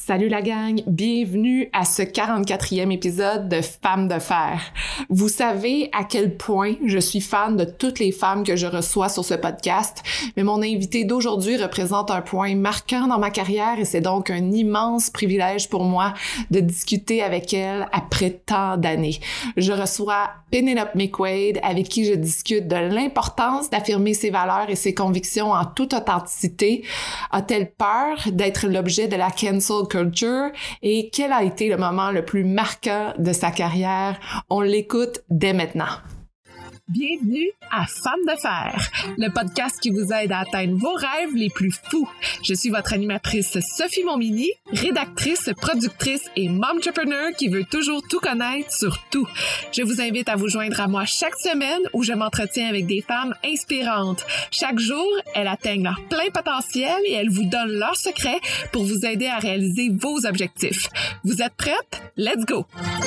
Salut la gang, bienvenue à ce 44e épisode de Femmes de fer. Vous savez à quel point je suis fan de toutes les femmes que je reçois sur ce podcast, mais mon invitée d'aujourd'hui représente un point marquant dans ma carrière et c'est donc un immense privilège pour moi de discuter avec elle après tant d'années. Je reçois Penelope McQuaid avec qui je discute de l'importance d'affirmer ses valeurs et ses convictions en toute authenticité. A-t-elle peur d'être l'objet de la cancel culture et quel a été le moment le plus marquant de sa carrière? On l'écoute dès maintenant. Bienvenue à Femmes de fer, le podcast qui vous aide à atteindre vos rêves les plus fous. Je suis votre animatrice Sophie Montminy, rédactrice, productrice et momtrepreneur qui veut toujours tout connaître sur tout. Je vous invite à vous joindre à moi chaque semaine où je m'entretiens avec des femmes inspirantes. Chaque jour, elles atteignent leur plein potentiel et elles vous donnent leurs secrets pour vous aider à réaliser vos objectifs. Vous êtes prêtes? Let's go!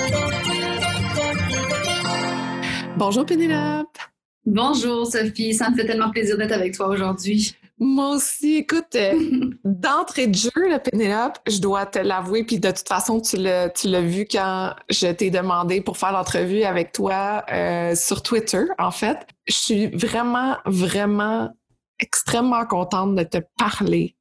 Bonjour Pénélope! Bonjour Sophie, ça me fait tellement plaisir d'être avec toi aujourd'hui. Moi aussi, écoute, d'entrée de jeu, là, Pénélope, je dois te l'avouer, puis de toute façon, tu l'as vu quand je t'ai demandé pour faire l'entrevue avec toi sur Twitter, en fait. Je suis vraiment extrêmement contente de te parler.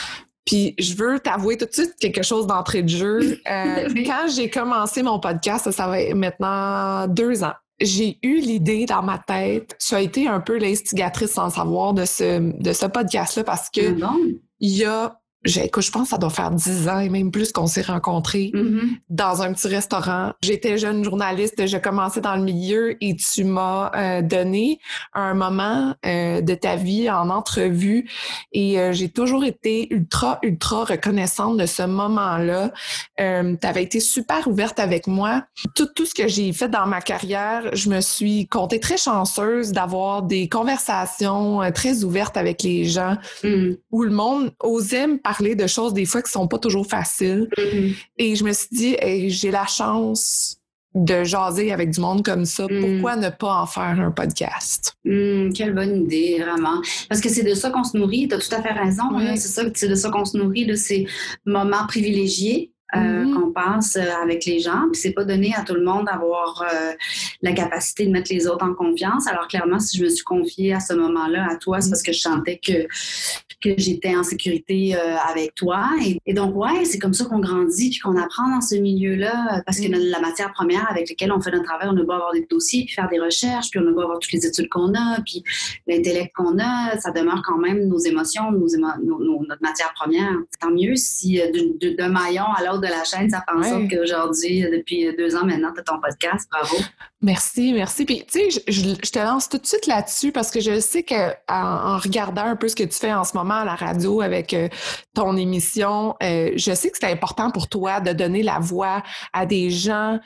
Puis je veux t'avouer tout de suite quelque chose d'entrée de jeu. Oui. Quand j'ai commencé mon podcast, ça va être maintenant 2 ans. J'ai eu l'idée dans ma tête, tu as été un peu l'instigatrice sans savoir de ce podcast-là parce que il y a, écoute, je pense que ça doit faire 10 ans et même plus qu'on s'est rencontrés dans un petit restaurant. J'étais jeune journaliste, j'ai commencé dans le milieu et tu m'as donné un moment de ta vie en entrevue et j'ai toujours été ultra reconnaissante de ce moment-là. Tu avais été super ouverte avec moi. Tout ce que j'ai fait dans ma carrière, je me suis comptée très chanceuse d'avoir des conversations très ouvertes avec les gens où le monde osait me parler de choses des fois qui sont pas toujours faciles. Et je me suis dit, hey, j'ai la chance de jaser avec du monde comme ça. Pourquoi ne pas en faire un podcast? Quelle bonne idée, vraiment. Parce que c'est de ça qu'on se nourrit. Tu as tout à fait raison. Oui. Hein? C'est de ça qu'on se nourrit, de ces moments privilégiés qu'on passe avec les gens. Puis c'est pas donné à tout le monde d'avoir la capacité de mettre les autres en confiance. Alors clairement, si je me suis confiée à ce moment-là à toi, c'est parce que je sentais que j'étais en sécurité avec toi. Et donc, ouais, c'est comme ça qu'on grandit puis qu'on apprend dans ce milieu-là parce que la matière première avec laquelle on fait notre travail, on a beau avoir des dossiers puis faire des recherches, puis on a beau avoir toutes les études qu'on a, puis l'intellect qu'on a, ça demeure quand même nos émotions, notre matière première. Tant mieux si d'un maillon à l'autre de la chaîne, ça fait en sorte qu'aujourd'hui, depuis 2 ans maintenant, tu as ton podcast. Bravo. Merci. Puis, tu sais, je te lance tout de suite là-dessus parce que je sais qu'en regardant un peu ce que tu fais en ce moment à la radio avec ton émission, je sais que c'est important pour toi de donner la voix à des gens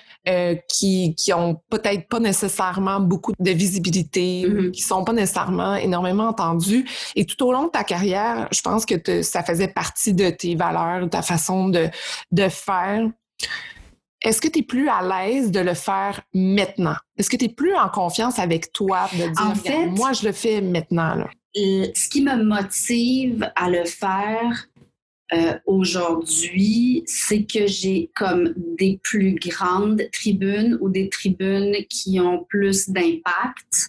qui ont peut-être pas nécessairement beaucoup de visibilité, qui sont pas nécessairement énormément entendus. Et tout au long de ta carrière, je pense que ça faisait partie de tes valeurs, de ta façon de faire. Est-ce que tu es plus à l'aise de le faire maintenant? Est-ce que tu es plus en confiance avec toi de dire, en fait, moi, je le fais maintenant, là? Ce qui me motive à le faire aujourd'hui, c'est que j'ai comme des plus grandes tribunes ou des tribunes qui ont plus d'impact.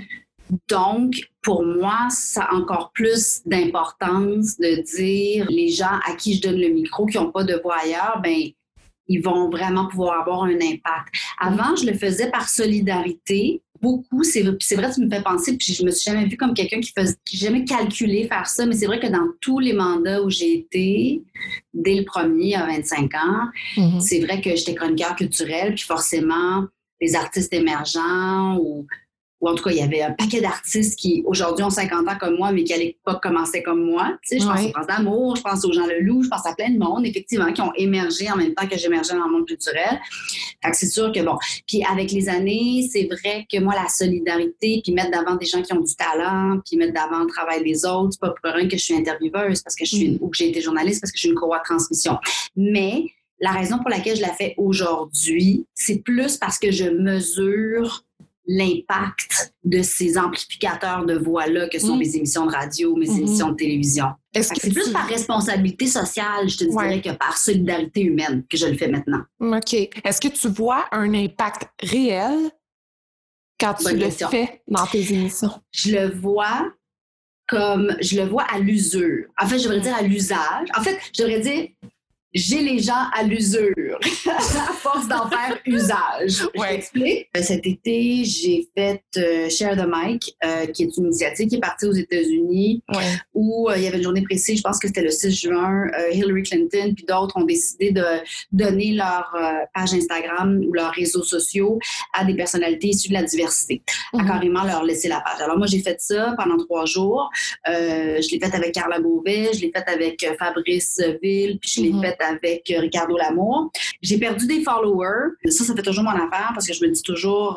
Donc, pour moi, ça a encore plus d'importance de dire les gens à qui je donne le micro, qui n'ont pas de voix ailleurs, ben ils vont vraiment pouvoir avoir un impact. Avant, je le faisais par solidarité. Beaucoup, c'est vrai, tu me fais penser, puis je me suis jamais vue comme quelqu'un qui jamais calculé faire ça, mais c'est vrai que dans tous les mandats où j'ai été, dès le premier à 25 ans, c'est vrai que j'étais chroniqueur culturel, puis forcément, les artistes émergents ou en tout cas, il y avait un paquet d'artistes qui, aujourd'hui, ont 50 ans comme moi, mais qui, à l'époque, commençaient comme moi. Tu sais, je pense au Prince d'Amour, je pense aux Jean Leloup, je pense à plein de monde, effectivement, qui ont émergé en même temps que j'émergeais dans le monde culturel. Fait que c'est sûr que, bon. Puis avec les années, c'est vrai que moi, la solidarité, puis mettre d'avant des gens qui ont du talent, puis mettre d'avant le travail des autres, c'est pas pour rien que je suis intervieweuse, parce que je suis ou que j'ai été journaliste, parce que je suis une courroie de transmission. Mais la raison pour laquelle je la fais aujourd'hui, c'est plus parce que je mesure l'impact de ces amplificateurs de voix-là que sont mes émissions de radio, mes émissions de télévision. C'est plus par responsabilité sociale, je te dirais, que par solidarité humaine que je le fais maintenant. OK. Est-ce que tu vois un impact réel quand tu le fais dans tes émissions? Je le vois à l'usure. En fait, je devrais dire à l'usage. En fait, je devrais dire j'ai les gens à l'usure à force d'en faire usage. Je t'explique. Cet été, j'ai fait Share the Mic, qui est une initiative qui est partie aux États-Unis, où il y avait une journée précise, je pense que c'était le 6 juin, Hillary Clinton puis d'autres ont décidé de donner leur page Instagram ou leurs réseaux sociaux à des personnalités issues de la diversité, à carrément leur laisser la page. Alors moi, j'ai fait ça pendant 3 jours. Je l'ai fait avec Carla Beauvais, je l'ai fait avec Fabrice Ville, puis je l'ai fait avec Ricardo Lamour. J'ai perdu des followers. Ça fait toujours mon affaire parce que je me dis toujours,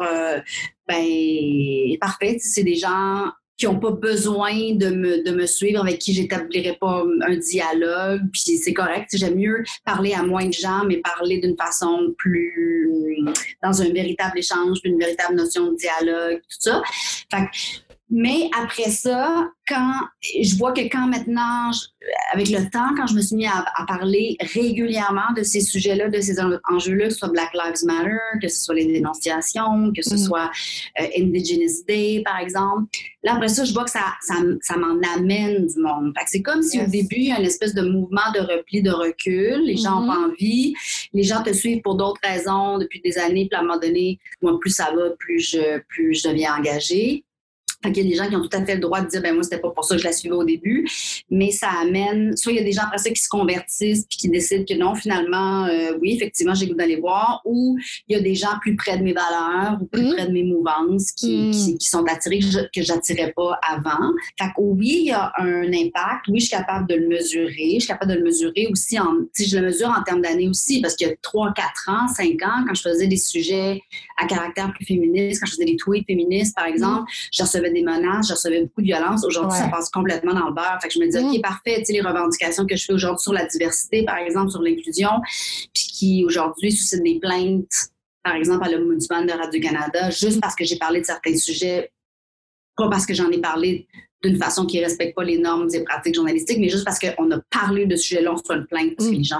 parfait, c'est des gens qui n'ont pas besoin de me suivre, avec qui j'établirais pas un dialogue, puis c'est correct. J'aime mieux parler à moins de gens, mais parler d'une façon plus... dans un véritable échange, une véritable notion de dialogue, tout ça. Fait que, mais après ça, quand je vois que maintenant, avec le temps, quand je me suis mis à parler régulièrement de ces sujets-là, de ces enjeux-là, que ce soit Black Lives Matter, que ce soit les dénonciations, que ce soit Indigenous Day, par exemple, là, après ça, je vois que ça m'en amène du monde. Fait que c'est comme si au début, il y a une espèce de mouvement de repli, de recul. Les gens n'ont pas envie. Les gens te suivent pour d'autres raisons depuis des années. Puis à un moment donné, moi, plus ça va, plus je deviens engagée. Fait qu'il y a des gens qui ont tout à fait le droit de dire, moi, c'était pas pour ça que je la suivais au début. Mais ça amène, soit il y a des gens après ça qui se convertissent puis qui décident que non, finalement, oui, effectivement, j'ai le goût d'aller voir. Ou il y a des gens plus près de mes valeurs ou plus près de mes mouvances qui sont attirés que j'attirais pas avant. Fait que oui, il y a un impact. Oui, je suis capable de le mesurer. Je suis capable de le mesurer aussi si je le mesure en termes d'années aussi, parce qu'il y a 3, 4 ans, 5 ans, quand je faisais des sujets à caractère plus féministe, quand je faisais des tweets féministes, par exemple, je recevais des menaces, je recevais beaucoup de violence. Aujourd'hui, ça passe complètement dans le beurre. Fait que je me dis, OK, parfait, tu sais, les revendications que je fais aujourd'hui sur la diversité, par exemple, sur l'inclusion, puis qui, aujourd'hui, suscitent des plaintes, par exemple, à l'Ombudsman de Radio-Canada, juste parce que j'ai parlé de certains sujets, pas parce que j'en ai parlé d'une façon qui ne respecte pas les normes et pratiques journalistiques, mais juste parce qu'on a parlé de ce sujet-là, on se fait une plainte, parce que les gens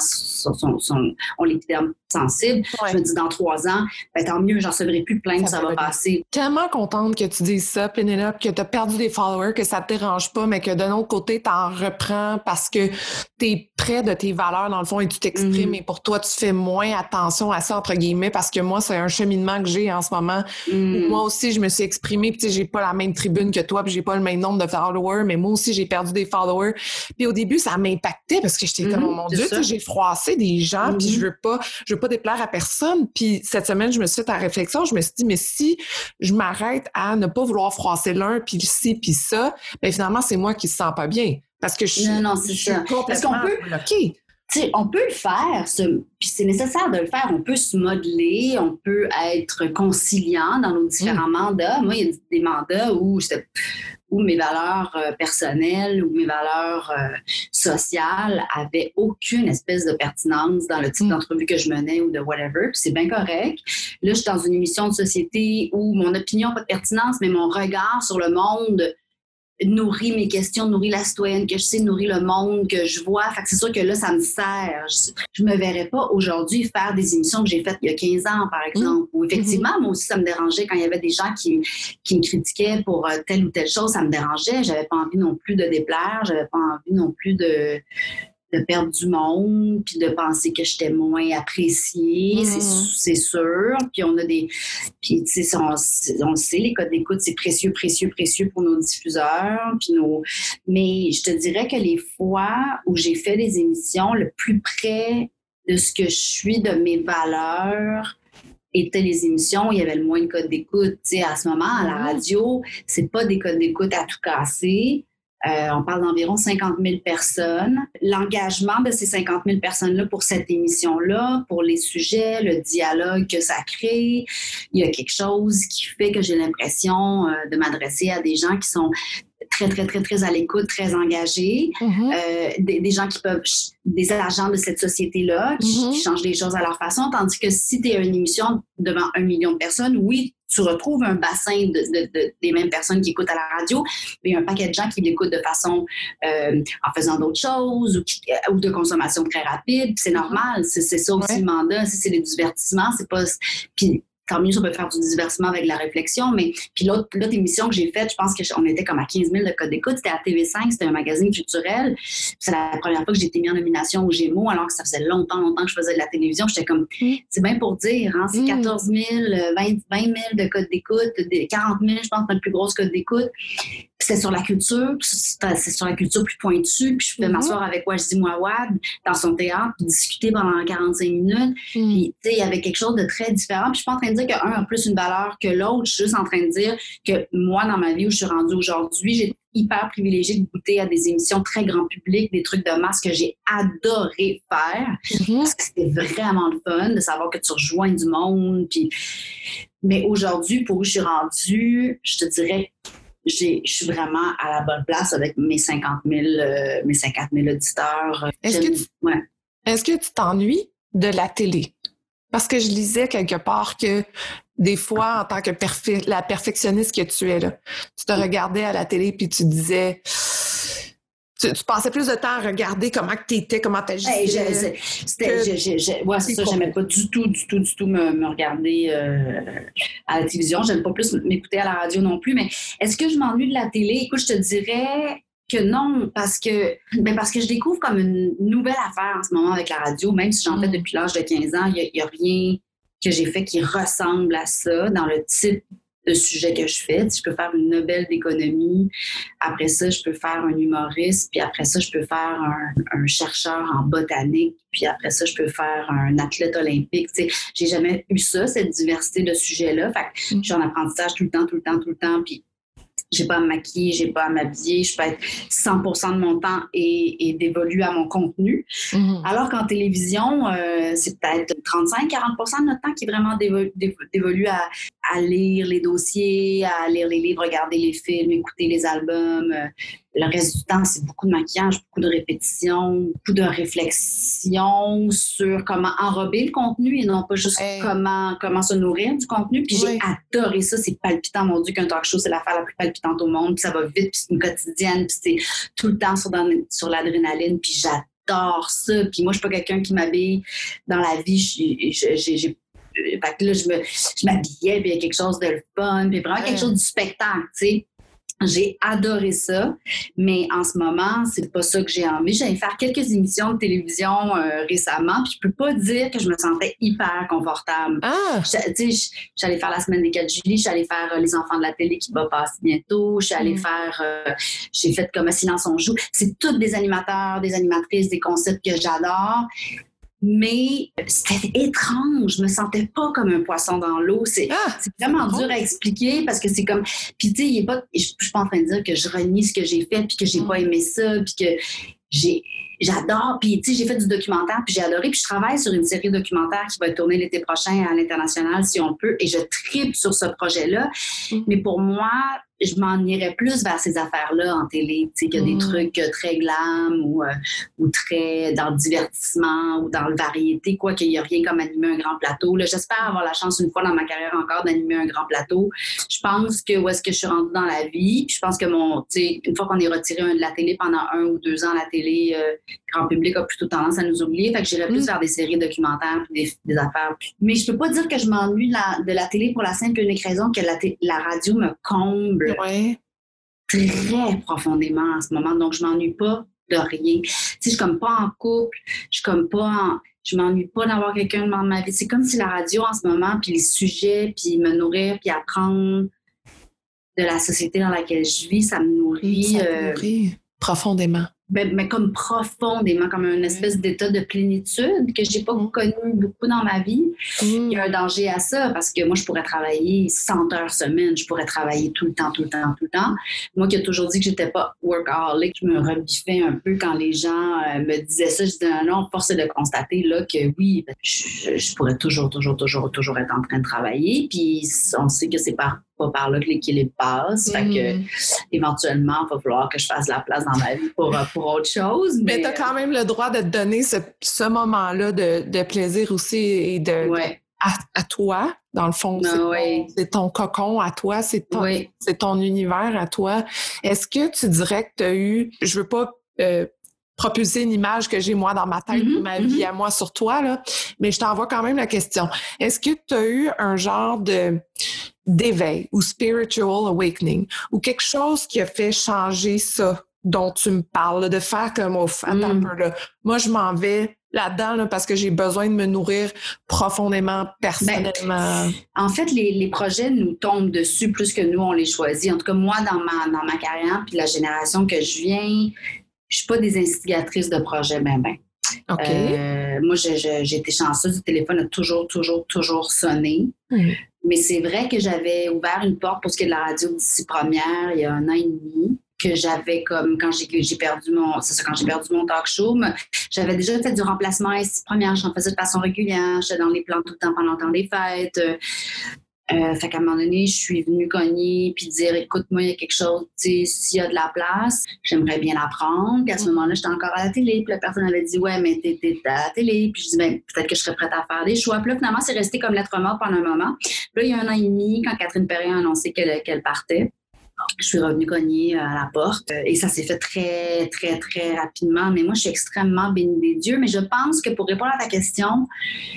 ont l'épiderme sensible. Je me dis, dans 3 ans, tant mieux, j'en recevrai plus de plaintes, ça va passer. Tellement contente que tu dises ça, Pénélope, que tu as perdu des followers, que ça te dérange pas, mais que d'un autre côté, tu en reprends parce que tu es près de tes valeurs, dans le fond, et tu t'exprimes, et pour toi, tu fais moins attention à ça, entre guillemets, parce que moi, c'est un cheminement que j'ai en ce moment, où moi aussi, je me suis exprimée, puis tu sais, j'ai pas la même tribune que toi, puis j'ai pas le même nombre de followers, mais moi aussi, j'ai perdu des followers. Puis au début, ça m'impactait parce que j'étais comme, oh mon Dieu, j'ai froissé des gens, puis je veux pas déplaire à personne. Puis cette semaine, je me suis fait la réflexion, je me suis dit, mais si je m'arrête à ne pas vouloir froisser l'un, puis ci, puis ça, bien finalement, c'est moi qui se sens pas bien. Parce que je suis complètement bloquée. On peut le faire, puis c'est nécessaire de le faire. On peut se modeler, on peut être conciliant dans nos différents mandats. Moi, il y a des mandats où mes valeurs personnelles ou mes valeurs sociales avaient aucune espèce de pertinence dans le type d'entrevue que je menais ou de whatever. Puis c'est bien correct. Là, je suis dans une émission de société où mon opinion n'a pas de pertinence, mais mon regard sur le monde nourrit mes questions, nourrit la citoyenne que je sais, nourrit le monde que je vois. Fait que c'est sûr que là, ça me sert. Je me verrais pas aujourd'hui faire des émissions que j'ai faites il y a 15 ans, par exemple. Où effectivement, moi aussi, ça me dérangeait quand il y avait des gens qui me critiquaient pour telle ou telle chose. Ça me dérangeait. J'avais pas envie non plus de déplaire. J'avais pas envie non plus de perdre du monde, puis de penser que j'étais moins appréciée, c'est sûr. Puis on a puis tu sais, on le sait, les codes d'écoute, c'est précieux, précieux, précieux pour nos diffuseurs. Mais je te dirais que les fois où j'ai fait des émissions, le plus près de ce que je suis, de mes valeurs, étaient les émissions où il y avait le moins de codes d'écoute. Tu sais, à ce moment, à la radio, c'est pas des codes d'écoute à tout casser. On parle d'environ 50 000 personnes. L'engagement de ces 50 000 personnes-là pour cette émission-là, pour les sujets, le dialogue que ça crée, il y a quelque chose qui fait que j'ai l'impression de m'adresser à des gens qui sont très, très, très, très à l'écoute, très engagés, des gens qui peuvent, des agents de cette société-là qui changent les choses à leur façon, tandis que si tu es une émission devant 1 million de personnes, oui, tu retrouves un bassin des mêmes personnes qui écoutent à la radio, mais il y a un paquet de gens qui l'écoutent de façon en faisant d'autres choses ou de consommation très rapide. Puis c'est normal, c'est ça aussi le mandat. C'est des divertissements, c'est pas... Puis, tant mieux, ça peut faire du divertissement avec la réflexion, mais puis l'autre émission que j'ai faite, je pense qu'on était comme à 15 000 de codes d'écoute, c'était à TV5, c'était un magazine culturel. C'est la première fois que j'ai été mis en nomination aux Gémeaux, alors que ça faisait longtemps que je faisais de la télévision. J'étais comme, c'est bien pour dire, hein, c'est 14 000, 20 000 de codes d'écoute, 40 000, je pense, notre plus grosse code d'écoute. Puis c'est sur la culture, c'est sur la culture plus pointue, puis je pouvais m'asseoir avec Wajdi Mouawad dans son théâtre, puis discuter pendant 45 minutes. Puis, tu sais, il y avait quelque chose de très différent. Puis je suis pas en train de dire qu'un a plus une valeur que l'autre. Je suis juste en train de dire que moi, dans ma vie où je suis rendue aujourd'hui, j'ai hyper privilégiée de goûter à des émissions très grand public, des trucs de masse que j'ai adoré faire. Parce que c'était vraiment le fun de savoir que tu rejoins du monde. Puis... Mais aujourd'hui, pour où je suis rendue, je te dirais... Je suis vraiment à la bonne place avec mes 50 000 auditeurs. Est-ce que tu t'ennuies de la télé? Parce que je lisais quelque part que des fois, en tant que la perfectionniste que tu es, là, tu te regardais à la télé puis tu disais... Tu passais plus de temps à regarder comment tu étais, comment tu agissais. C'est ça, j'aimais pas du tout me regarder à la télévision. J'aime pas plus m'écouter à la radio non plus. Mais est-ce que je m'ennuie de la télé? Écoute, je te dirais que non, parce que je découvre comme une nouvelle affaire en ce moment avec la radio, même si j'en fais depuis l'âge de 15 ans, il y a rien que j'ai fait qui ressemble à ça dans le type de sujet que je fais. Je peux faire une Nobel d'économie. Après ça, je peux faire un humoriste. Puis après ça, je peux faire un chercheur en botanique. Puis après ça, je peux faire un athlète olympique. Tu sais, j'ai jamais eu ça, cette diversité de sujets-là. Fait que je suis en apprentissage tout le temps. Puis j'ai pas à me maquiller, j'ai pas à m'habiller, je peux être 100% de mon temps et dévolu à mon contenu. Alors qu'en télévision, c'est peut-être 35-40% de notre temps qui est vraiment dévolu à lire les dossiers, à lire les livres, regarder les films, écouter les albums. Le reste du temps, c'est beaucoup de maquillage, beaucoup de répétition, beaucoup de réflexion sur comment enrober le contenu et non pas juste comment se nourrir du contenu. Puis j'ai adoré ça, c'est palpitant. Mon Dieu, qu'un talk show, c'est l'affaire la plus palpitante au monde. Puis ça va vite, puis c'est une quotidienne, puis c'est tout le temps sur l'adrénaline. Puis j'adore ça. Puis moi, je suis pas quelqu'un qui m'habille dans la vie. Fait que là, je m'habillais, puis il y a quelque chose de fun, puis vraiment quelque chose du spectacle, tu sais. J'ai adoré ça, mais en ce moment, c'est pas ça que j'ai envie. J'allais faire quelques émissions de télévision récemment, puis je peux pas dire que je me sentais hyper confortable. J'allais faire la semaine des 4 juillet, j'allais faire Les enfants de la télé qui va passer bientôt, j'allais faire, j'ai fait comme Un silence on joue. C'est toutes des animateurs, des animatrices, des concepts que j'adore. Mais c'était étrange, je me sentais pas comme un poisson dans l'eau. C'est vraiment dur à expliquer parce que c'est comme... Puis tu sais, je suis pas en train de dire que je renie ce que j'ai fait puis que j'ai pas aimé ça puis que j'adore. Puis tu sais, j'ai fait du documentaire puis j'ai adoré. Puis je travaille sur une série documentaire qui va être tournée l'été prochain à l'international si on peut et je tripe sur ce projet-là. Mais pour moi... je m'en irais plus vers ces affaires-là en télé, tu sais, qu'il y a des trucs très glam ou très dans le divertissement ou dans le variété, quoi, qu'il n'y a rien comme animer un grand plateau. Là, j'espère avoir la chance une fois dans ma carrière encore d'animer un grand plateau. Je pense que où est-ce que je suis rendue dans la vie, puis je pense que tu sais, une fois qu'on est retiré de la télé pendant 1 ou 2 ans, la télé grand public a plutôt tendance à nous oublier. Fait que j'irais plus vers des séries documentaires puis des affaires. Mais je peux pas dire que je m'ennuie de la télé pour la simple et unique raison que la radio me comble très profondément en ce moment. Donc, je m'ennuie pas de rien. Tu sais, je suis comme pas en couple, je m'ennuie pas d'avoir quelqu'un dans ma vie. C'est comme si la radio en ce moment, puis les sujets, puis me nourrir, puis apprendre de la société dans laquelle je vis, ça me nourrit. Ça me nourrit profondément. Mais comme profondément, comme une espèce d'état de plénitude que j'ai pas connu beaucoup dans ma vie. Il y a un danger à ça parce que moi, je pourrais travailler 100 heures semaine, je pourrais travailler tout le temps. Moi qui ai toujours dit que j'étais pas workaholic, je me rebiffais un peu quand les gens me disaient ça. Je disais non, force est de constater là que oui, je pourrais toujours être en train de travailler. Puis on sait que c'est pas par là que l'équilibre passe. Fait que éventuellement, il va falloir que je fasse la place dans ma vie pour autre chose. Mais tu as quand même le droit de te donner ce moment-là de plaisir aussi et à toi. Dans le fond, c'est ton cocon à toi, c'est ton univers à toi. Est-ce que tu dirais que tu as eu, je veux pas propulser une image que j'ai moi dans ma tête de ma vie à moi sur toi, là, mais je t'envoie quand même la question. Est-ce que tu as eu un genre d'éveil ou spiritual awakening ou quelque chose qui a fait changer ça dont tu me parles, de faire comme attends un peu là. Moi, je m'en vais là-dedans là, parce que j'ai besoin de me nourrir profondément, personnellement. En fait, les projets nous tombent dessus plus que nous, on les choisit. En tout cas, moi, dans ma carrière puis la génération que je viens, je suis pas des instigatrices de projets, ben. OK. Moi, j'ai été chanceuse. Le téléphone a toujours sonné. Mais c'est vrai que j'avais ouvert une porte pour ce qui est de la radio d'ici première il y a 1 an et demi, que j'avais comme quand j'ai perdu mon talk show, j'avais déjà fait du remplacement ici première, j'en faisais de façon régulière, j'étais dans les plans tout le temps pendant le temps des fêtes. Fait qu'à un moment donné, je suis venue cogner puis dire écoute, moi, il y a quelque chose, tu sais, s'il y a de la place, j'aimerais bien la prendre. Puis à ce moment-là, j'étais encore à la télé. Puis la personne avait dit ouais, mais t'es à la télé. Puis je dis ben, peut-être que je serais prête à faire des choix. Puis là, finalement, c'est resté comme lettre morte pendant un moment. Puis là, il y a 1 an et demi, quand Catherine Perrin a annoncé qu'elle partait, je suis revenue cogner à la porte et ça s'est fait très, très, très rapidement. Mais moi, je suis extrêmement bénie des dieux. Mais je pense que pour répondre à ta question,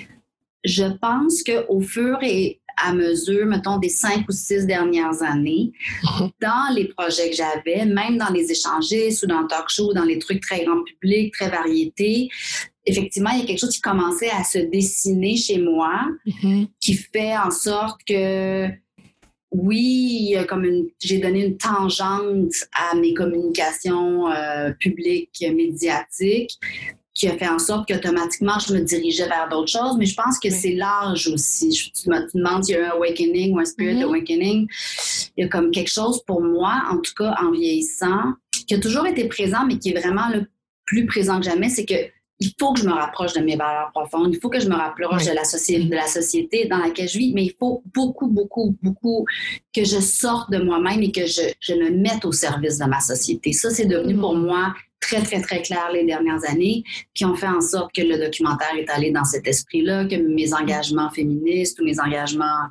je pense qu'au fur et à mesure, mettons, des 5 ou 6 dernières années, dans les projets que j'avais, même dans les échangistes ou dans le talk show, dans les trucs très grand public, très variété, effectivement, il y a quelque chose qui commençait à se dessiner chez moi, qui fait en sorte que oui, j'ai donné une tangente à mes communications publiques, médiatiques, qui a fait en sorte qu'automatiquement, je me dirigeais vers d'autres choses. Mais je pense que c'est l'âge aussi. Tu me demandes s'il y a eu un awakening ou un spirit awakening. Il y a comme quelque chose pour moi, en tout cas en vieillissant, qui a toujours été présent, mais qui est vraiment le plus présent que jamais, c'est que il faut que je me rapproche de mes valeurs profondes. Il faut que je me rapproche de la société dans laquelle je vis, mais il faut beaucoup, beaucoup, beaucoup que je sorte de moi-même et que je me mette au service de ma société. Ça, c'est devenu pour moi très, très, très clair les dernières années, qui ont fait en sorte que le documentaire est allé dans cet esprit-là, que mes engagements féministes ou mes engagements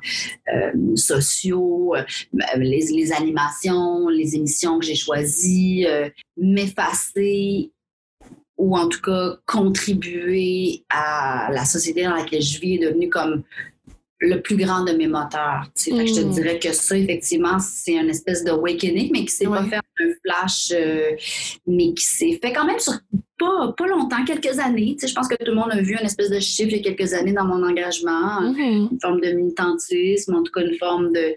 sociaux, les animations, les émissions que j'ai choisies, m'effacer ou en tout cas contribuer à la société dans laquelle je vis est devenu comme le plus grand de mes moteurs. Fait que je te dirais que ça, effectivement, c'est une espèce d'awakening, mais qui s'est pas fait en un flash, mais qui s'est fait quand même sur pas longtemps, quelques années. Je pense que tout le monde a vu une espèce de chiffre il y a quelques années dans mon engagement, une forme de militantisme, en tout cas une forme de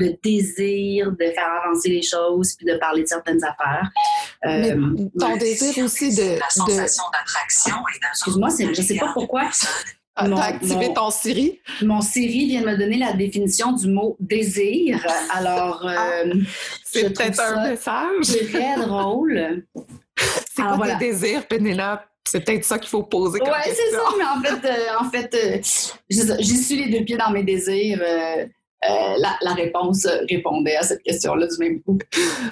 désir de faire avancer les choses puis de parler de certaines affaires. Mais ton désir aussi de... La sensation d'attraction et Excuse-moi, je sais pas pourquoi... T'as activé ton Siri? Mon Siri vient de me donner la définition du mot désir. Alors, c'est peut-être un message. Très drôle. C'est quoi tes désirs, Pénélope? C'est peut-être ça qu'il faut poser comme question. Oui, c'est ça. Mais en fait, j'y suis les 2 pieds dans mes désirs. La réponse répondait à cette question-là du même coup.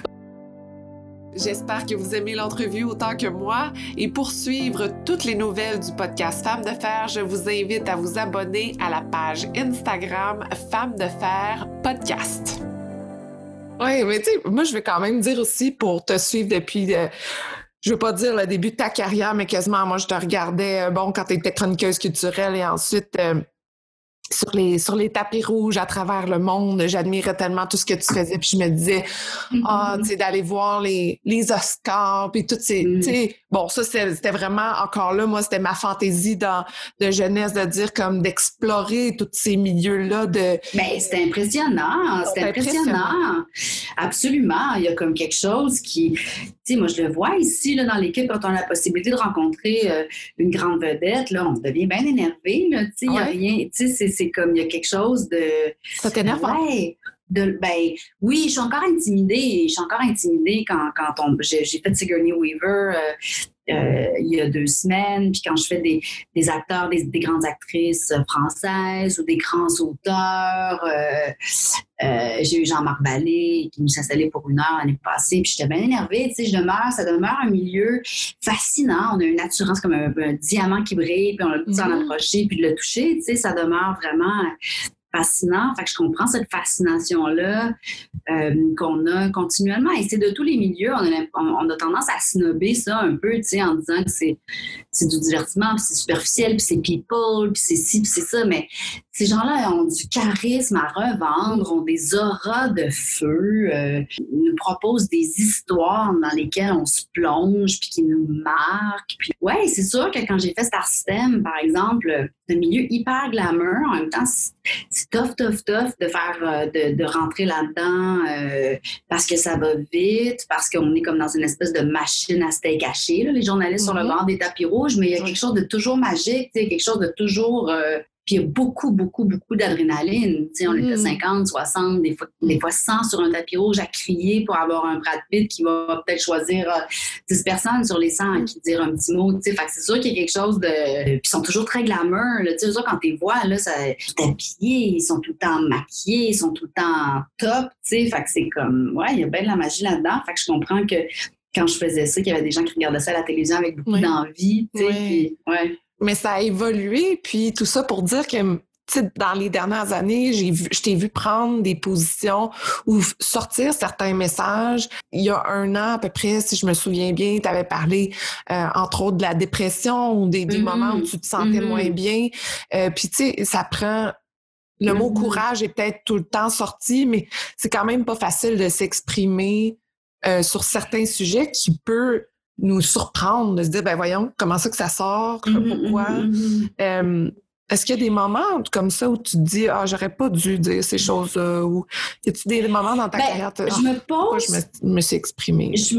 J'espère que vous aimez l'entrevue autant que moi et pour suivre toutes les nouvelles du podcast Femmes de Fer, je vous invite à vous abonner à la page Instagram Femmes de Fer Podcast. Oui, mais tu sais, moi je vais quand même dire aussi pour te suivre depuis... je veux pas dire le début de ta carrière, mais quasiment moi je te regardais quand tu étais chroniqueuse culturelle et ensuite... sur les tapis rouges à travers le monde, j'admirais tellement tout ce que tu faisais, puis je me disais, tu sais, d'aller voir les Oscars, puis toutes ces, tu sais, bon, ça, c'était vraiment, encore là, moi, c'était ma fantaisie de jeunesse, de dire, comme, d'explorer tous ces milieux-là de... Mais c'est impressionnant, Absolument, il y a comme quelque chose qui... Tu sais, moi, je le vois ici, là, dans l'équipe, quand on a la possibilité de rencontrer une grande vedette, là, on devient bien énervé, là, tu sais, il y a rien, tu sais, c'est comme, il y a quelque chose de... Ça t'énerve? Ouais. Oui, je suis encore intimidée quand j'ai fait Sigourney Weaver, il y a 2 semaines, puis quand je fais des acteurs, des grandes actrices françaises ou des grands auteurs. J'ai eu Jean-Marc Vallée qui nous s'installait pour 1 heure l'année passée, puis j'étais bien énervée. Tu sais, ça demeure un milieu fascinant. On a une assurance comme un diamant qui brille, puis on a le temps d'en approcher, puis de le toucher. Tu sais, ça demeure vraiment fascinant. Fait que je comprends cette fascination-là qu'on a continuellement. Et c'est de tous les milieux. On a tendance à snobber ça un peu, tu sais, en disant que c'est du divertissement, puis c'est superficiel, puis c'est people, puis c'est ci, puis c'est ça. Mais ces gens-là ont du charisme à revendre, ont des auras de feu, nous proposent des histoires dans lesquelles on se plonge, puis qui nous marquent. Puis ouais, c'est sûr que quand j'ai fait Star System, par exemple, c'est un milieu hyper glamour. En même temps, c'est tough de faire, de rentrer là-dedans parce que ça va vite, parce qu'on est comme dans une espèce de machine à steak haché, là, les journalistes sur le bord des tapis rouges, mais il y a quelque chose de toujours magique, quelque chose de toujours... Puis il y a beaucoup d'adrénaline. Tu sais, on était 50, 60, des fois 100 sur un tapis rouge à crier pour avoir un Brad Pitt qui va peut-être choisir 10 personnes sur les 100 à qui dire un petit mot. Tu sais, fait que c'est sûr qu'il y a quelque chose de... Puis ils sont toujours très glamour. Là. Tu sais, quand tu les vois, là, tout habillés, ils sont tout le temps maquillés, ils sont tout le temps top. Tu sais, fait que c'est comme... Ouais, il y a bien de la magie là-dedans. Fait que je comprends que quand je faisais ça, qu'il y avait des gens qui regardaient ça à la télévision avec beaucoup d'envie. Tu sais, puis, ouais. Mais ça a évolué, puis tout ça pour dire que, tu sais, dans les dernières années, je t'ai vu prendre des positions ou sortir certains messages. Il y a 1 an à peu près, si je me souviens bien, tu avais parlé, entre autres, de la dépression ou des moments où tu te sentais moins bien. Puis, tu sais, ça prend... Le mot courage est peut-être tout le temps sorti, mais c'est quand même pas facile de s'exprimer sur certains sujets qui peut nous surprendre, de se dire, ben voyons, comment ça que ça sort, pourquoi? Est-ce qu'il y a des moments comme ça où tu te dis, j'aurais pas dû dire ces choses-là, ou y a-t-il des moments dans ta carrière, je me suis exprimée? Je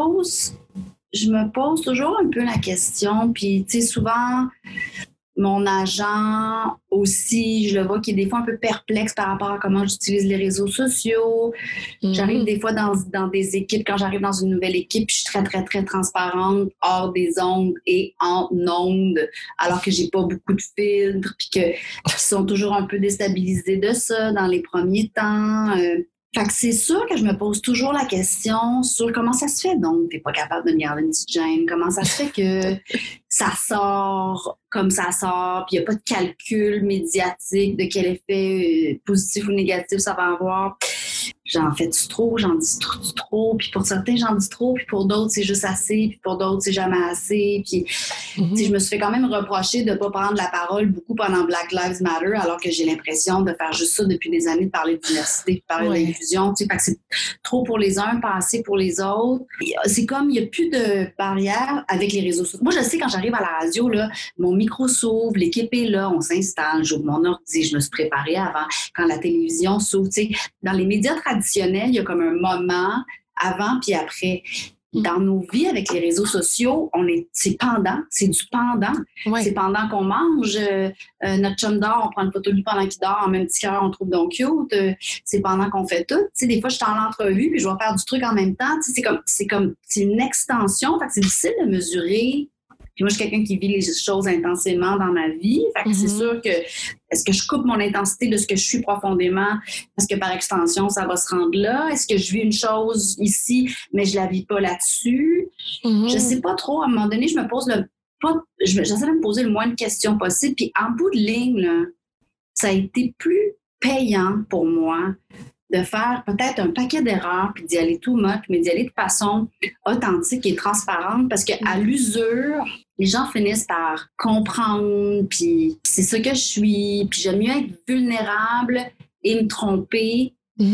me pose toujours un peu la question, puis tu sais, souvent... Mon agent aussi, je le vois qui est des fois un peu perplexe par rapport à comment j'utilise les réseaux sociaux. J'arrive des fois dans des équipes, quand j'arrive dans une nouvelle équipe, je suis très, très, très transparente, hors des ondes et en ondes, alors que j'ai pas beaucoup de filtres, puis qu'ils sont toujours un peu déstabilisés de ça dans les premiers temps. Fait que c'est sûr que je me pose toujours la question sur comment ça se fait donc t'es pas capable de me garder une petite gêne, comment ça se fait que ça sort comme ça sort, puis il n'y a pas de calcul médiatique de quel effet positif ou négatif ça va avoir. J'en fais-tu trop, j'en dis trop, puis pour certains j'en dis trop, puis pour d'autres c'est juste assez, puis pour d'autres c'est jamais assez, puis je me suis fait quand même reprocher de pas prendre la parole beaucoup pendant Black Lives Matter, alors que j'ai l'impression de faire juste ça depuis des années, de parler de diversité, de parler d'inclusion, fait que c'est trop pour les uns, pas assez pour les autres. C'est comme, il n'y a plus de barrière avec les réseaux sociaux. Moi je sais, quand j'arrive à la radio, là, mon micro s'ouvre, l'équipe est là, on s'installe, j'ouvre mon ordi, je me suis préparée avant, quand la télévision s'ouvre, dans les médias traditionnels, il y a comme un moment avant puis après. Dans nos vies avec les réseaux sociaux, c'est pendant, c'est du pendant. Ouais. C'est pendant qu'on mange, notre chum dort, on prend une photo de lui pendant qu'il dort, en même petit cœur, on trouve donc cute. C'est pendant qu'on fait tout. T'sais, des fois, je suis en entrevue puis je vais faire du truc en même temps. C'est une extension. Fait que c'est difficile de mesurer. Puis moi, je suis quelqu'un qui vit les choses intensément dans ma vie. Fait que c'est sûr que est-ce que je coupe mon intensité de ce que je suis profondément parce que par extension, ça va se rendre là? Est-ce que je vis une chose ici, mais je la vis pas là-dessus? Je sais pas trop. À un moment donné, j'essaie de me poser le moins de questions possible. Puis en bout de ligne, là, ça a été plus payant pour moi de faire peut-être un paquet d'erreurs puis d'y aller tout much, mais d'y aller de façon authentique et transparente parce qu'à l'usure, les gens finissent par comprendre, puis c'est ça que je suis, puis j'aime mieux être vulnérable et me tromper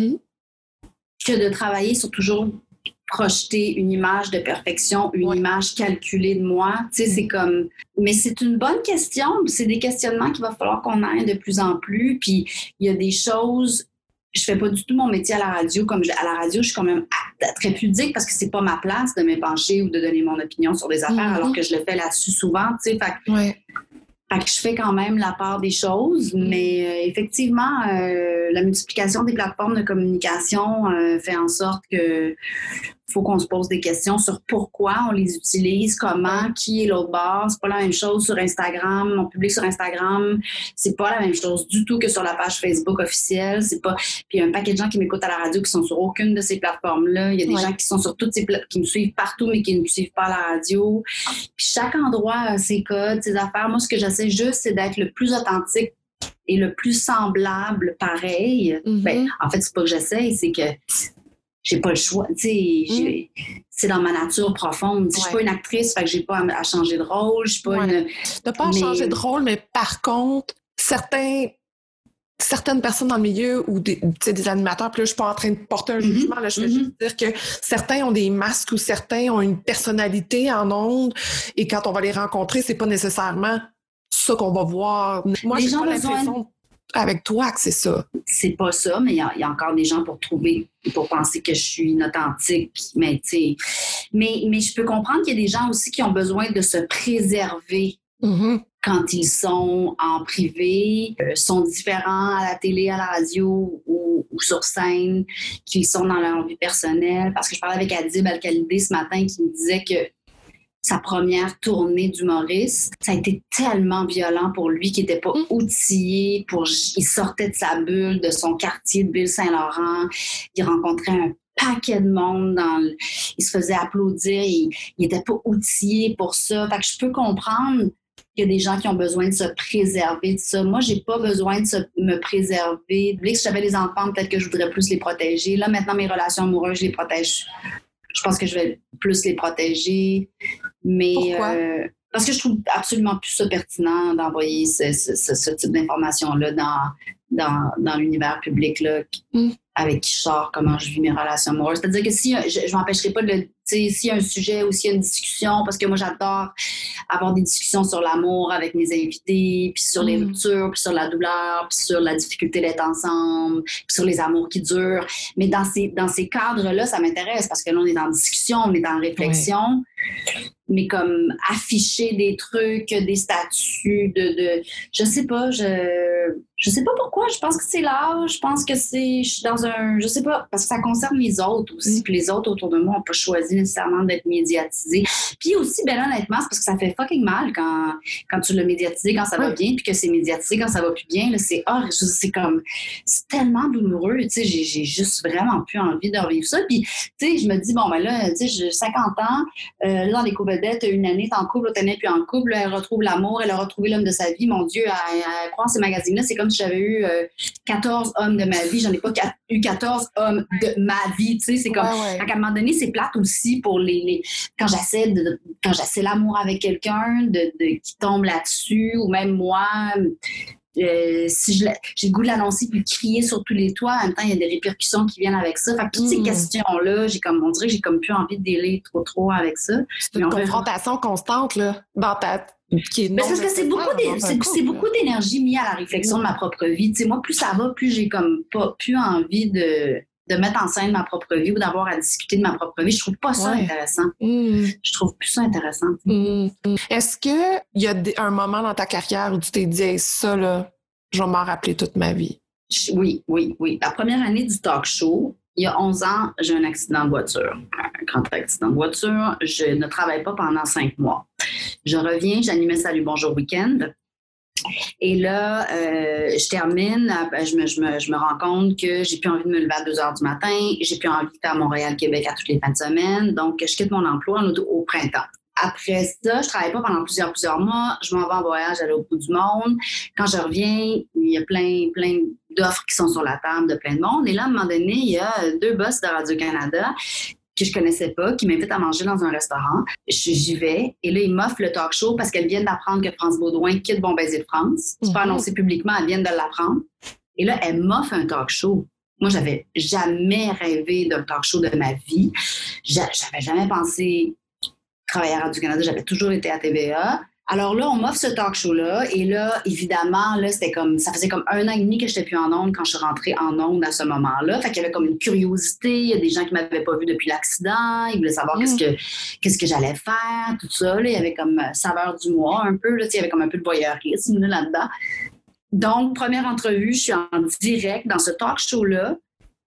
que de travailler sur toujours projeter une image de perfection, une image calculée de moi. Tu sais, c'est comme... Mais c'est une bonne question, c'est des questionnements qu'il va falloir qu'on aille de plus en plus, puis il y a des choses... Je fais pas du tout mon métier à la radio. À la radio, je suis quand même très pudique parce que c'est pas ma place de m'épancher ou de donner mon opinion sur des affaires, alors que je le fais là-dessus souvent, tu sais. Fait que je fais quand même la part des choses, mais effectivement, la multiplication des plateformes de communication fait en sorte que faut qu'on se pose des questions sur pourquoi on les utilise, comment, qui est l'autre bord. C'est pas la même chose sur Instagram. On publie sur Instagram. C'est pas la même chose du tout que sur la page Facebook officielle. C'est pas. Puis il y a un paquet de gens qui m'écoutent à la radio qui sont sur aucune de ces plateformes-là. Il y a des gens qui sont sur toutes ces qui me suivent partout, mais qui ne me suivent pas à la radio. Puis chaque endroit a ses codes, ses affaires. Moi, ce que j'essaie juste, c'est d'être le plus authentique et le plus semblable pareil. Ben, en fait, c'est pas que j'essaie, c'est que j'ai pas le choix. C'est dans ma nature profonde. Je suis pas une actrice, fait que j'ai pas à changer de rôle. Je suis pas une... T'as pas à changer de rôle, mais par contre, certaines personnes dans le milieu ou des animateurs, puis là, je suis pas en train de porter un jugement, là, je veux juste dire que certains ont des masques ou certains ont une personnalité en ondes et quand on va les rencontrer, c'est pas nécessairement ça qu'on va voir. Moi, j'ai pas l'impression avec toi que c'est ça. C'est pas ça, mais il y a encore des gens pour penser que je suis inauthentique. Mais je peux comprendre qu'il y a des gens aussi qui ont besoin de se préserver quand ils sont en privé, sont différents à la télé, à la radio ou sur scène, qu'ils sont dans leur vie personnelle. Parce que je parlais avec Adib Al-Khalidé ce matin qui me disait que sa première tournée d'humoriste, ça a été tellement violent pour lui qu'il n'était pas outillé. Il sortait de sa bulle, de son quartier de Ville-Saint-Laurent. Il rencontrait un paquet de monde. Il se faisait applaudir. Il n'était pas outillé pour ça. Fait que je peux comprendre qu'il y a des gens qui ont besoin de se préserver de ça. Moi, j'ai pas besoin de me préserver. Si j'avais les enfants, peut-être que je voudrais plus les protéger. Là, maintenant, mes relations amoureuses, je les protège. Je pense que je vais plus les protéger. Mais pourquoi? Parce que je trouve absolument plus ça pertinent d'envoyer ce type d'informations-là dans l'univers public là, avec qui je sors, comment je vis mes relations amoureuses. C'est-à-dire que si je m'empêcherai pas de s'il y a un sujet ou s'il y a une discussion, parce que moi j'adore avoir des discussions sur l'amour avec mes invités, puis sur les ruptures, puis sur la douleur, puis sur la difficulté d'être ensemble, puis sur les amours qui durent. Mais dans ces cadres-là, ça m'intéresse parce que là, on est dans discussion, on est dans réflexion. Mais comme afficher des trucs, des statuts je sais pas, je sais pas pourquoi, je pense que c'est l'âge, je pense que je suis dans je sais pas, parce que ça concerne les autres aussi, puis les autres autour de moi n'ont pas choisi nécessairement d'être médiatisés. Puis aussi, ben honnêtement, c'est parce que ça fait fucking mal quand tu l'as médiatisé quand ça va bien, puis que c'est médiatisé quand ça va plus bien, là, c'est tellement douloureux, tu sais, j'ai juste vraiment plus envie de revivre ça, puis tu sais, je me dis, bon, ben là, tu sais, j'ai 50 ans, là, dans les co-vedettes, une année, t'es en couple, l'autre année, puis en couple, là, elle retrouve l'amour, elle a retrouvé l'homme de sa vie, mon Dieu, elle croit ces magazines-là, c'est comme si j'avais eu 14 hommes de ma vie, j'en ai pas eu 14 hommes de ma vie, tu sais, c'est comme, à un moment donné, c'est plate aussi pour quand j'essaie l'amour avec quelqu'un, qui tombe là-dessus, ou même moi, si j'ai le goût de l'annoncer puis de crier sur tous les toits, en même temps, il y a des répercussions qui viennent avec ça. Fait que toutes ces questions-là, on dirait que j'ai comme plus envie de délai trop avec ça. C'est une confrontation constante, là, dans ta... Qui est non parce que c'est beaucoup d'énergie mise à la réflexion de ma propre vie. Tu sais, moi, plus ça va, plus j'ai comme pas plus envie de mettre en scène ma propre vie ou d'avoir à discuter de ma propre vie. Je trouve pas ça intéressant. Je trouve plus ça intéressant. Est-ce qu'il y a un moment dans ta carrière où tu t'es dit hey, ça, là, je vais m'en rappeler toute ma vie? Oui. La première année du talk show, il y a 11 ans, j'ai un accident de voiture. Un grand accident de voiture. Je ne travaille pas pendant 5 mois. Je reviens, j'animais Salut Bonjour Week-end. Et là, je termine, je me rends compte que j'ai plus envie de me lever à 2 heures du matin, j'ai plus envie de faire Montréal-Québec à toutes les fins de semaine, donc je quitte mon emploi au printemps. Après ça, je travaille pas pendant plusieurs mois, je m'en vais en voyage, aller au bout du monde. Quand je reviens, il y a plein d'offres qui sont sur la table de plein de monde. Et là, à un moment donné, il y a 2 boss de Radio-Canada que je connaissais pas, qui m'invitent à manger dans un restaurant. J'y vais, et là, ils m'offrent le talk show parce qu'elles viennent d'apprendre que France Baudouin quitte Bon Baiser de France. C'est pas annoncé publiquement, elles viennent de l'apprendre. Et là, elles m'offrent un talk show. Moi, j'avais jamais rêvé d'un talk show de ma vie. J'avais jamais pensé travailler à Radio-Canada, j'avais toujours été à TVA. Alors là, on m'offre ce talk show-là, et là, évidemment, là, ça faisait comme 1 an et demi que je n'étais plus en ondes quand je suis rentrée en ondes à ce moment-là. Fait qu'il y avait comme une curiosité, il y a des gens qui ne m'avaient pas vue depuis l'accident, ils voulaient savoir qu'est-ce que j'allais faire, tout ça. Là, il y avait comme saveur du mois un peu, là, il y avait comme un peu de voyeurisme là-dedans. Donc, première entrevue, je suis en direct dans ce talk show-là,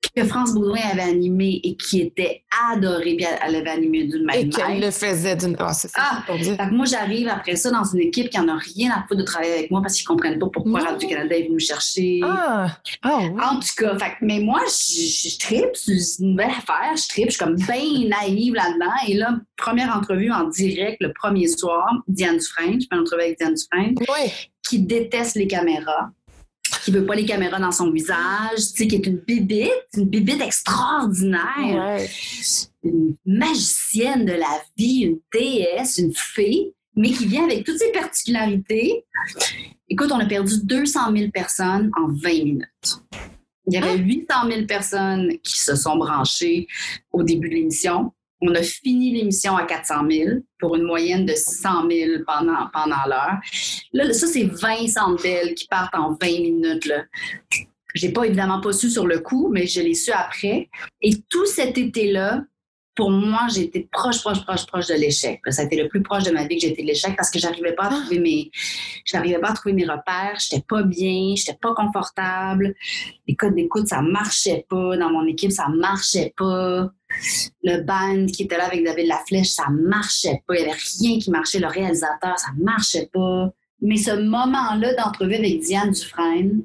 que France Baudouin avait animé et qui était adoré, puis elle avait animé d'une même Et qu'elle le faisait d'une... Ah, c'est ça pour dire. Fait que moi, j'arrive après ça dans une équipe qui en a rien à foutre de travailler avec moi parce qu'ils comprennent pas pourquoi Radio-Canada est venu me chercher. Oui. En tout cas, mais moi, je tripe, c'est une belle affaire, je tripe, je suis comme bien naïve là-dedans. Et là, première entrevue en direct le premier soir, Diane Dufresne, je fais une entrevue avec Diane Dufresne, qui déteste les caméras, qui veut pas les caméras dans son visage, tu sais, qui est une bibite extraordinaire, une magicienne de la vie, une déesse, une fée, mais qui vient avec toutes ses particularités. Écoute, on a perdu 200 000 personnes en 20 minutes. Il y avait 800 000 personnes qui se sont branchées au début de l'émission. On a fini l'émission à 400 000 pour une moyenne de 600 000 pendant l'heure. Là, ça, c'est 20 centres belles qui partent en 20 minutes. Là. J'ai évidemment pas su sur le coup, mais je l'ai su après. Et tout cet été-là, pour moi, j'ai été proche de l'échec. Ça a été le plus proche de ma vie que j'ai été de l'échec parce que j'arrivais pas à trouver mes repères. J'étais pas bien, j'étais pas confortable. Les codes d'écoute, ça marchait pas. Dans mon équipe, ça marchait pas. Le band qui était là avec David Laflèche, ça marchait pas. Il y avait rien qui marchait. Le réalisateur, ça marchait pas. Mais ce moment-là d'entrevue avec Diane Dufresne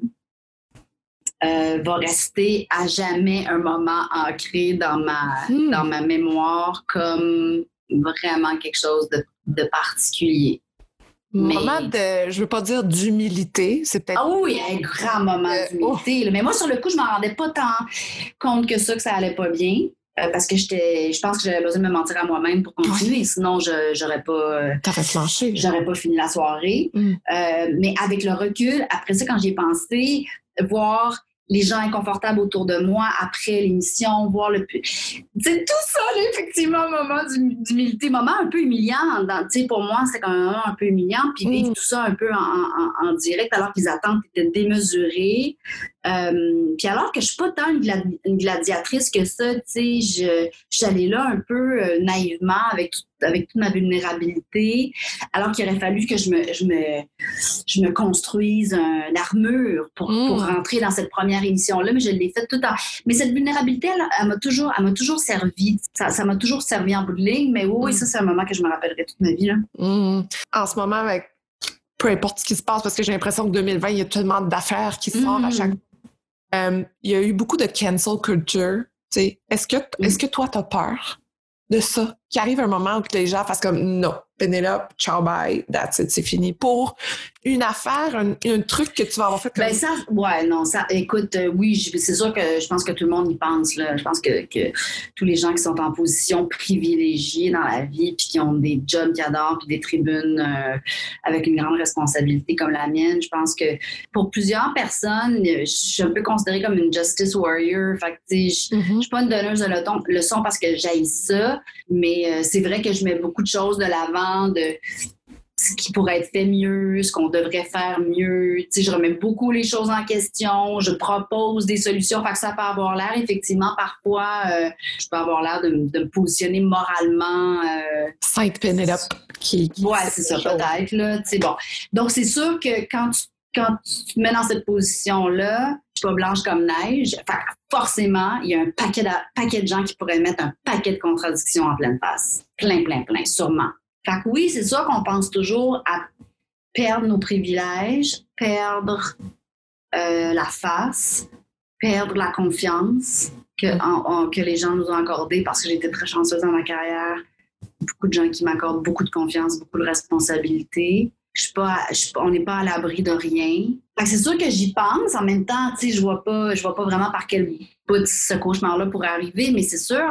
va rester à jamais un moment ancré dans ma mémoire comme vraiment quelque chose de particulier. Moment de, je veux pas dire d'humilité, c'est peut-être... Ah oui, un grand moment d'humilité. Mais moi, sur le coup, je m'en rendais pas tant compte que ça allait pas bien. Parce que je pense que j'avais besoin de me mentir à moi-même pour continuer. Sinon, j'aurais pas... T'aurais flanché. J'aurais pas fini la soirée. Mais avec le recul, après ça, quand j'y ai pensé, voir les gens inconfortables autour de moi après l'émission, voir c'est tout ça, là, effectivement, un moment d'humilité, moment un peu humiliant. Pour moi, c'était quand même un moment un peu humiliant. Puis vivre tout ça un peu en direct, alors que les attentes étaient démesurées. Puis alors que je suis pas tant une gladiatrice que ça, tu sais, j'allais là un peu naïvement avec toute ma vulnérabilité, alors qu'il aurait fallu que je me construise une armure pour rentrer dans cette première émission-là, mais je l'ai faite tout le temps. Mais cette vulnérabilité, elle m'a toujours servi. Ça m'a toujours servi en bout de ligne, mais oui, ça, c'est un moment que je me rappellerai toute ma vie. Là. En ce moment, avec peu importe ce qui se passe, parce que j'ai l'impression que 2020, il y a tellement d'affaires qui sortent à chaque fois. Il y a eu beaucoup de cancel culture. T'sais. Est-ce que toi, tu as peur de ça? Qu'il arrive un moment où les gens fassent comme non, Pénélope, ciao, bye, that's it, c'est fini. Pour une affaire, un truc que tu vas avoir fait comme... Écoute, oui, c'est sûr que je pense que tout le monde y pense. Là. Je pense que tous les gens qui sont en position privilégiée dans la vie puis qui ont des jobs qu'ils adorent puis des tribunes avec une grande responsabilité comme la mienne, je pense que pour plusieurs personnes, je suis un peu considérée comme une justice warrior. Fait que, je suis pas une donneuse de leçons parce que j'haïs ça, mais c'est vrai que je mets beaucoup de choses de l'avant, de ce qui pourrait être fait mieux, ce qu'on devrait faire mieux. Tu sais, je remets beaucoup les choses en question, je propose des solutions. Fait que ça peut avoir l'air, effectivement, parfois, je peux avoir l'air de me positionner moralement. Sainte Pénélope. Ouais, c'est ça, peut-être. Là, tu sais, bon. Donc, c'est sûr que quand tu te mets dans cette position-là, je suis pas blanche comme neige. Fait forcément, il y a un paquet de gens qui pourraient mettre un paquet de contradictions en pleine face. Plein, sûrement. Fait que oui, c'est sûr qu'on pense toujours à perdre nos privilèges, perdre la face, perdre la confiance que les gens nous ont accordée parce que j'ai été très chanceuse dans ma carrière. Beaucoup de gens qui m'accordent beaucoup de confiance, beaucoup de responsabilités. On n'est pas à l'abri de rien. Fait que c'est sûr que j'y pense. En même temps, tu sais, je vois pas vraiment par quel bout ce cauchemar-là pourrait arriver, mais c'est sûr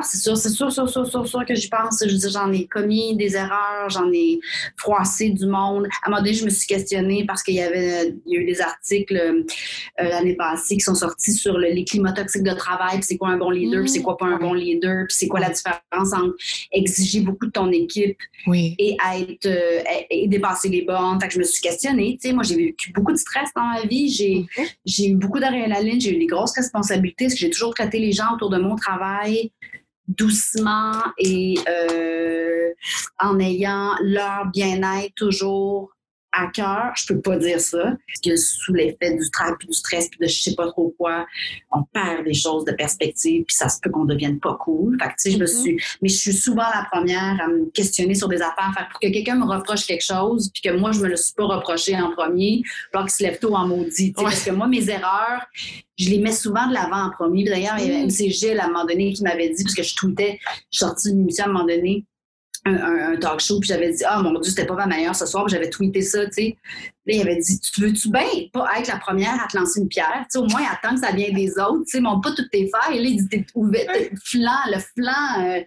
que j'y pense. Je veux dire, j'en ai commis des erreurs, j'en ai froissé du monde. À un moment donné, je me suis questionnée parce qu'il y a eu des articles l'année passée qui sont sortis sur les climats toxiques de travail, puis c'est quoi un bon leader, puis c'est quoi pas un bon leader, puis c'est quoi la différence entre exiger beaucoup de ton équipe et et dépasser les bornes. Fait que je me suis questionnée. Tu sais, moi, j'ai vécu beaucoup de stress dans ma vie. J'ai eu beaucoup d'adrénaline, j'ai eu des grosses responsabilités parce que j'ai toujours traité les gens autour de mon travail doucement et en ayant leur bien-être toujours à cœur, je peux pas dire ça, parce que sous l'effet du travail, puis du stress, puis de je sais pas trop quoi, on perd des choses de perspective, puis ça se peut qu'on devienne pas cool. Fait que, tu sais, mais je suis souvent la première à me questionner sur des affaires. Fait que pour que quelqu'un me reproche quelque chose, puis que moi, je me le suis pas reproché en premier, alors qu'il se lève tôt en maudit, tu sais, parce que moi, mes erreurs, je les mets souvent de l'avant en premier. Puis d'ailleurs, il y avait MC Gilles, à un moment donné, qui m'avait dit, parce que je tweetais, je suis sortie d'une émission à un moment donné, un talk show, puis j'avais dit « Ah, mon Dieu, c'était pas ma meilleure ce soir », puis j'avais tweeté ça, tu sais. Là, il avait dit « Tu veux-tu bien pas être la première à te lancer une pierre? Tu sais, au moins, attends que ça vienne des autres, tu sais, montre pas toutes tes failles. » Et là, il dit « T'es le flanc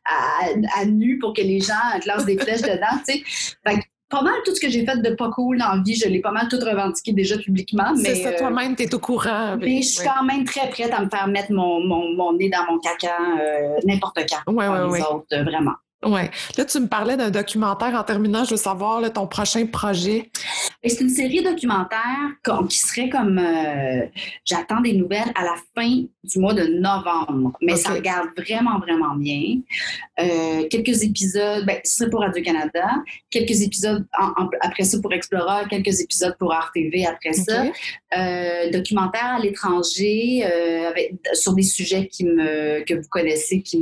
à nu pour que les gens te lancent des flèches dedans, tu sais. » Fait que pas mal tout ce que j'ai fait de pas cool dans la vie, je l'ai pas mal tout revendiqué déjà publiquement. Mais, c'est ça, toi-même, t'es au courant. Mais je suis quand même très prête à me faire mettre mon nez dans mon caca n'importe quand. Les autres, vraiment. Oui. Là, tu me parlais d'un documentaire. En terminant, je veux savoir là, ton prochain projet. Et c'est une série documentaire qui serait comme... j'attends des nouvelles à la fin du mois de novembre. Mais ça regarde vraiment, vraiment bien. Quelques épisodes, ce serait pour Radio-Canada. Quelques épisodes après ça pour Explora. Quelques épisodes pour RTV après ça. Documentaire à l'étranger sur des sujets que vous connaissez, qui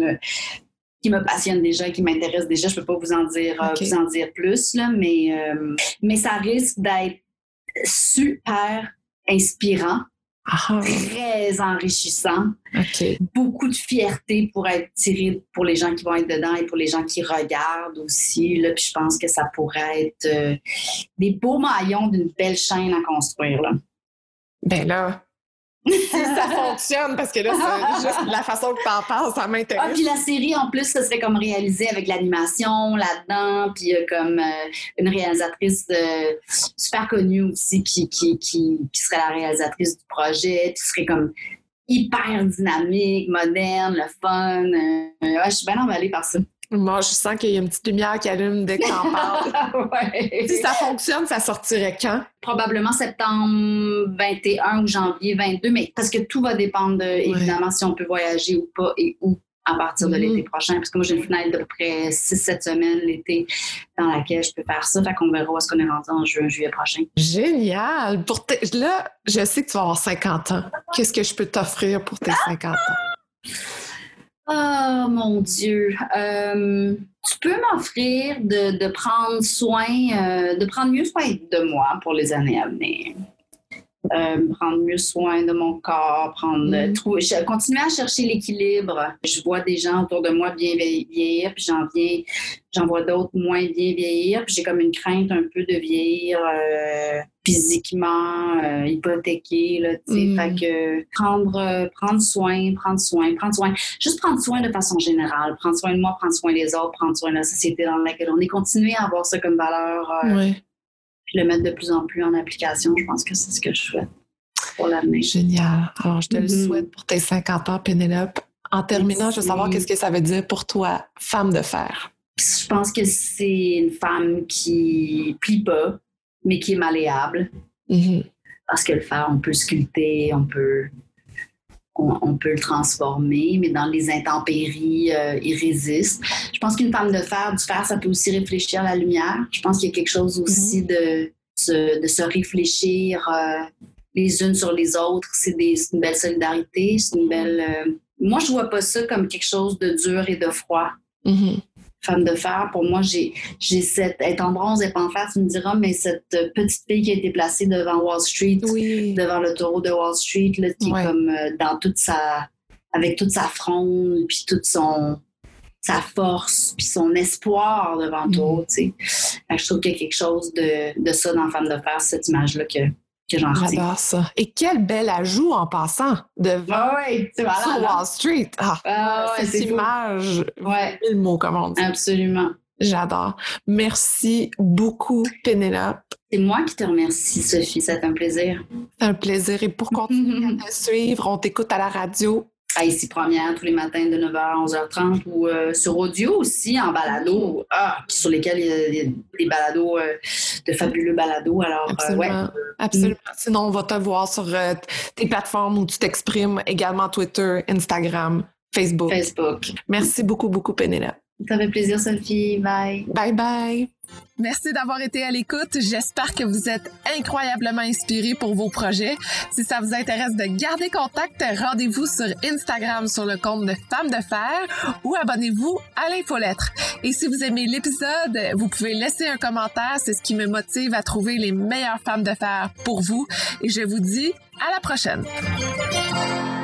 me passionne déjà, qui m'intéresse déjà. Je peux pas vous en dire plus, là, mais ça risque d'être super inspirant, très enrichissant. Beaucoup de fierté pour être tiré pour les gens qui vont être dedans et pour les gens qui regardent aussi. Là, puis je pense que ça pourrait être des beaux maillons d'une belle chaîne à construire. Là. Ben là... si ça fonctionne, parce que là, c'est juste la façon que tu en parles, ça m'intéresse. Puis la série, en plus, ça serait comme réalisé avec l'animation là-dedans, puis comme une réalisatrice super connue aussi qui serait la réalisatrice du projet, puis serait comme hyper dynamique, moderne, le fun. Je suis bien emballée par ça. Moi, je sens qu'il y a une petite lumière qui allume dès que t'en parles. Si ça fonctionne, ça sortirait quand? Probablement septembre 21 ou janvier 22, mais parce que tout va dépendre, évidemment, si on peut voyager ou pas et où à partir de l'été prochain. Parce que moi, j'ai une fenêtre d'à peu près 6-7 semaines l'été dans laquelle je peux faire ça. Fait qu'on verra où est-ce qu'on est rendu en juillet prochain. Génial! Là, je sais que tu vas avoir 50 ans. Qu'est-ce que je peux t'offrir pour tes 50 ans? Oh mon Dieu! Tu peux m'offrir de prendre soin, de prendre mieux soin de moi pour les années à venir. Prendre mieux soin de mon corps, continuer à chercher l'équilibre. Je vois des gens autour de moi bien vieillir, puis j'en vois d'autres moins bien vieillir, puis j'ai comme une crainte un peu de vieillir physiquement, hypothéqué, là, tu sais. Fait que prendre soin. Juste prendre soin de façon générale. Prendre soin de moi, prendre soin des autres, prendre soin de la société dans laquelle on est. Continuer à avoir ça comme valeur. Puis le mettre de plus en plus en application. Je pense que c'est ce que je souhaite pour l'avenir. Génial. Alors, je te le souhaite pour tes 50 ans, Pénélope. En terminant, je veux savoir qu'est-ce que ça veut dire pour toi, femme de fer. Je pense que c'est une femme qui plie pas, mais qui est malléable. Parce que le fer, on peut sculpter, on peut le transformer, mais dans les intempéries, il résiste. Je pense qu'une femme de fer, du fer, ça peut aussi réfléchir à la lumière. Je pense qu'il y a quelque chose aussi de se réfléchir les unes sur les autres. C'est une belle solidarité, c'est une belle... Moi, je vois pas ça comme quelque chose de dur et de froid. Femme de fer, pour moi, j'ai être en bronze et pas en fer, tu me diras, mais cette petite fille qui a été placée devant Wall Street, devant le taureau de Wall Street, là, qui est comme avec toute sa fronde, puis toute sa force, puis son espoir devant le taureau, tu sais. Je trouve qu'il y a quelque chose de ça dans Femme de fer, cette image-là que j'en retiens. J'adore ça. Et quel bel ajout en passant devant sur Wall Street. Cette image, mille mots, comme on dit. Absolument. J'adore. Merci beaucoup, Pénélope. C'est moi qui te remercie, Sophie. C'est un plaisir. C'est un plaisir. Et pour continuer à te suivre, on t'écoute à la radio. À Ici Première, tous les matins de 9h à 11h30 ou sur audio aussi, en balado, sur lesquels il y a des balados, de fabuleux balados. Alors, Absolument. Sinon, on va te voir sur tes plateformes où tu t'exprimes, également Twitter, Instagram, Facebook. Merci beaucoup, beaucoup, Pénélope. Ça fait plaisir, Sophie. Bye. Bye bye. Merci d'avoir été à l'écoute. J'espère que vous êtes incroyablement inspirés pour vos projets. Si ça vous intéresse de garder contact, rendez-vous sur Instagram sur le compte de Femmes de Fer ou abonnez-vous à l'infolettre. Et si vous aimez l'épisode, vous pouvez laisser un commentaire. C'est ce qui me motive à trouver les meilleures femmes de fer pour vous. Et je vous dis à la prochaine.